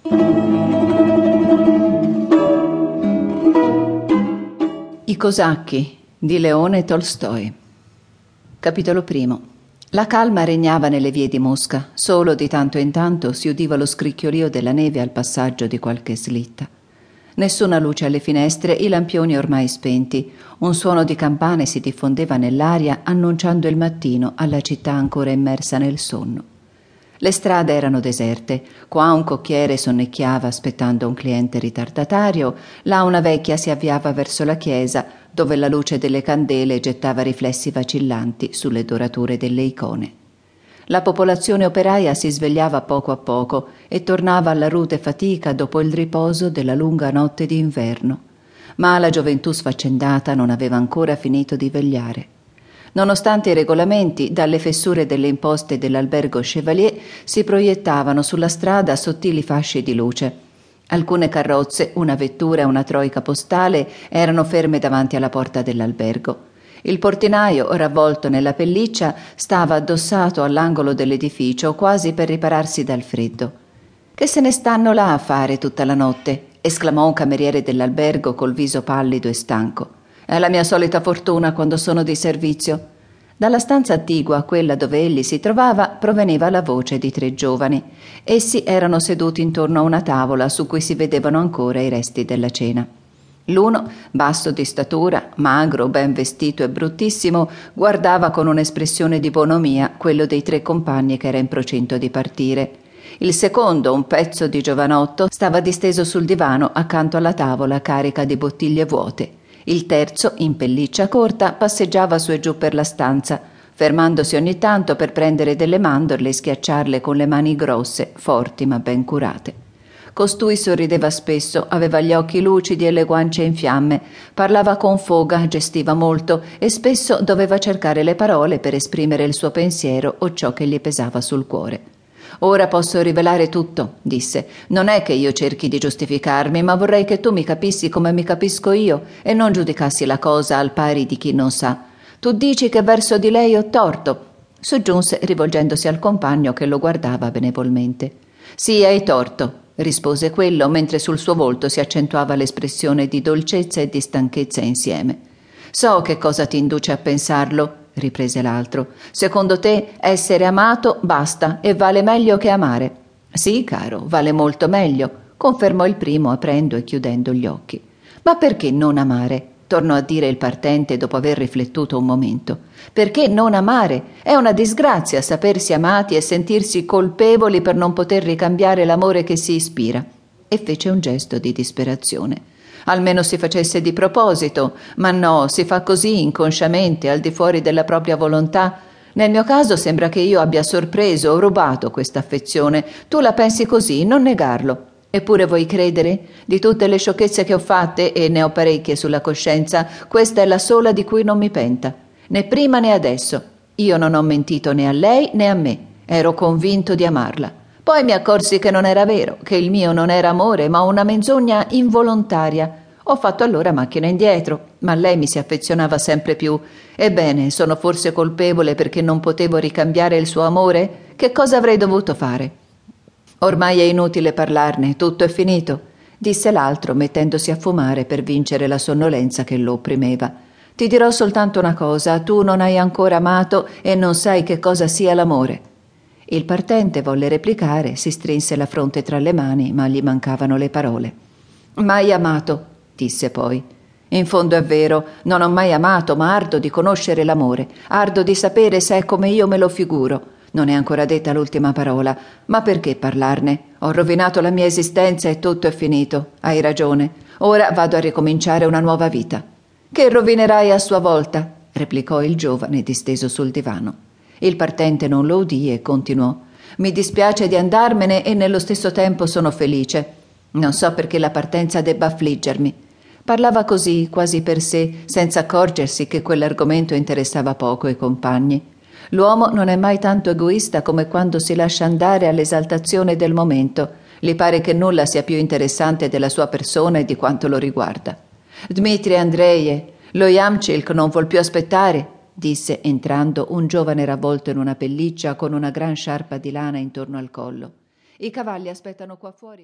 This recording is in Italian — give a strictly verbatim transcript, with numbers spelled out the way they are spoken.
I cosacchi di Leone Tolstoi. Capitolo primo. La calma regnava nelle vie di Mosca, solo di tanto in tanto si udiva lo scricchiolio della neve al passaggio di qualche slitta. Nessuna luce alle finestre, i lampioni ormai spenti. Un suono di campane si diffondeva nell'aria, annunciando il mattino alla città ancora immersa nel sonno. Le strade erano deserte, qua un cocchiere sonnecchiava aspettando un cliente ritardatario, là una vecchia si avviava verso la chiesa, dove la luce delle candele gettava riflessi vacillanti sulle dorature delle icone. La popolazione operaia si svegliava poco a poco e tornava alla rude fatica dopo il riposo della lunga notte d'inverno, ma la gioventù sfaccendata non aveva ancora finito di vegliare. Nonostante i regolamenti, dalle fessure delle imposte dell'albergo Chevalier si proiettavano sulla strada sottili fasci di luce. Alcune carrozze, una vettura e una troica postale erano ferme davanti alla porta dell'albergo. Il portinaio, ravvolto nella pelliccia, stava addossato all'angolo dell'edificio, quasi per ripararsi dal freddo. «Che se ne stanno là a fare tutta la notte?» esclamò un cameriere dell'albergo col viso pallido e stanco. «È la mia solita fortuna quando sono di servizio». Dalla stanza attigua, quella dove egli si trovava, proveniva la voce di tre giovani. Essi erano seduti intorno a una tavola su cui si vedevano ancora i resti della cena. L'uno, basso di statura, magro, ben vestito e bruttissimo, guardava con un'espressione di bonomia quello dei tre compagni che era in procinto di partire. Il secondo, un pezzo di giovanotto, stava disteso sul divano accanto alla tavola carica di bottiglie vuote. Il terzo, in pelliccia corta, passeggiava su e giù per la stanza, fermandosi ogni tanto per prendere delle mandorle e schiacciarle con le mani grosse, forti ma ben curate. Costui sorrideva spesso, aveva gli occhi lucidi e le guance in fiamme, parlava con foga, gestiva molto e spesso doveva cercare le parole per esprimere il suo pensiero o ciò che gli pesava sul cuore. «Ora posso rivelare tutto», disse. «Non è che io cerchi di giustificarmi, ma vorrei che tu mi capissi come mi capisco io e non giudicassi la cosa al pari di chi non sa. Tu dici che verso di lei ho torto», soggiunse rivolgendosi al compagno che lo guardava benevolmente. «Sì, hai torto», rispose quello, mentre sul suo volto si accentuava l'espressione di dolcezza e di stanchezza insieme. «So che cosa ti induce a pensarlo», riprese l'altro. «Secondo te essere amato basta e vale meglio che amare». «Sì, caro, vale molto meglio», confermò il primo aprendo e chiudendo gli occhi. «Ma perché non amare?» tornò a dire il partente dopo aver riflettuto un momento. «Perché non amare? È una disgrazia sapersi amati e sentirsi colpevoli per non poter ricambiare l'amore che si ispira». E fece un gesto di disperazione. «Almeno si facesse di proposito, ma no, si fa così inconsciamente, al di fuori della propria volontà. Nel mio caso sembra che io abbia sorpreso o rubato questa affezione. Tu la pensi così, non negarlo. Eppure vuoi credere? Di tutte le sciocchezze che ho fatte, e ne ho parecchie sulla coscienza, questa è la sola di cui non mi penta. Né prima né adesso. Io non ho mentito né a lei né a me. Ero convinto di amarla. Poi mi accorsi che non era vero, che il mio non era amore, ma una menzogna involontaria. Ho fatto allora macchina indietro, ma lei mi si affezionava sempre più. Ebbene, sono forse colpevole perché non potevo ricambiare il suo amore? Che cosa avrei dovuto fare?» «Ormai è inutile parlarne, tutto è finito», disse l'altro mettendosi a fumare per vincere la sonnolenza che lo opprimeva. «Ti dirò soltanto una cosa, tu non hai ancora amato e non sai che cosa sia l'amore». Il partente volle replicare, si strinse la fronte tra le mani, ma gli mancavano le parole. «Mai amato», disse poi. «In fondo è vero, non ho mai amato, ma ardo di conoscere l'amore, ardo di sapere se è come io me lo figuro. Non è ancora detta l'ultima parola, ma perché parlarne? Ho rovinato la mia esistenza e tutto è finito. Hai ragione. Ora vado a ricominciare una nuova vita». «Che rovinerai a sua volta», replicò il giovane disteso sul divano. Il partente non lo udì e continuò. «Mi dispiace di andarmene e nello stesso tempo sono felice. Non so perché la partenza debba affliggermi». Parlava così, quasi per sé, senza accorgersi che quell'argomento interessava poco i compagni. L'uomo non è mai tanto egoista come quando si lascia andare all'esaltazione del momento. Gli pare che nulla sia più interessante della sua persona e di quanto lo riguarda. «Dmitri Andreje, lo Yamchilk non vuol più aspettare», disse entrando un giovane ravvolto in una pelliccia con una gran sciarpa di lana intorno al collo. «I cavalli aspettano qua fuori».